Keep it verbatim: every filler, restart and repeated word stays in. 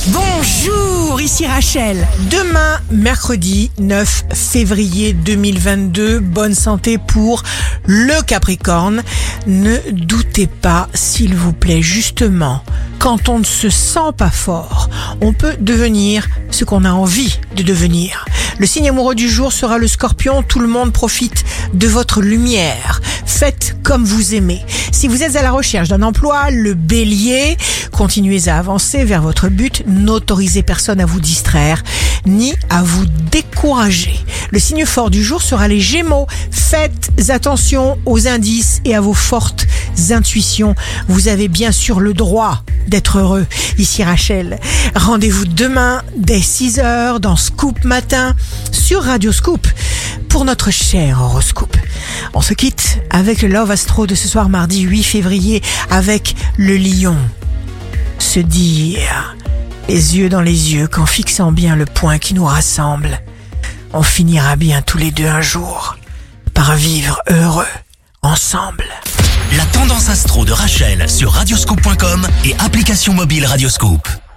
Bonjour, ici Rachel. Demain, mercredi neuf février deux mille vingt-deux, bonne santé pour le Capricorne. Ne doutez pas, s'il vous plaît, justement, quand on ne se sent pas fort, on peut devenir ce qu'on a envie de devenir. Le signe amoureux du jour sera le Scorpion. Tout le monde profite de votre lumière. Faites comme vous aimez. Si vous êtes à la recherche d'un emploi, le Bélier, continuez à avancer vers votre but. N'autorisez personne à vous distraire ni à vous décourager. Le signe fort du jour sera les Gémeaux. Faites attention aux indices et à vos fortes intuitions. Vous avez bien sûr le droit d'être heureux. Ici Rachel. Rendez-vous demain dès six heures dans Scoop Matin sur Radio Scoop pour notre cher horoscope. On se quitte avec le Love Astro de ce soir mardi huit février avec le Lion. Se dire les yeux dans les yeux qu'en fixant bien le point qui nous rassemble, on finira bien tous les deux un jour par vivre heureux ensemble. La tendance astro de Rachel sur radioscoop point com et application mobile Radioscoop.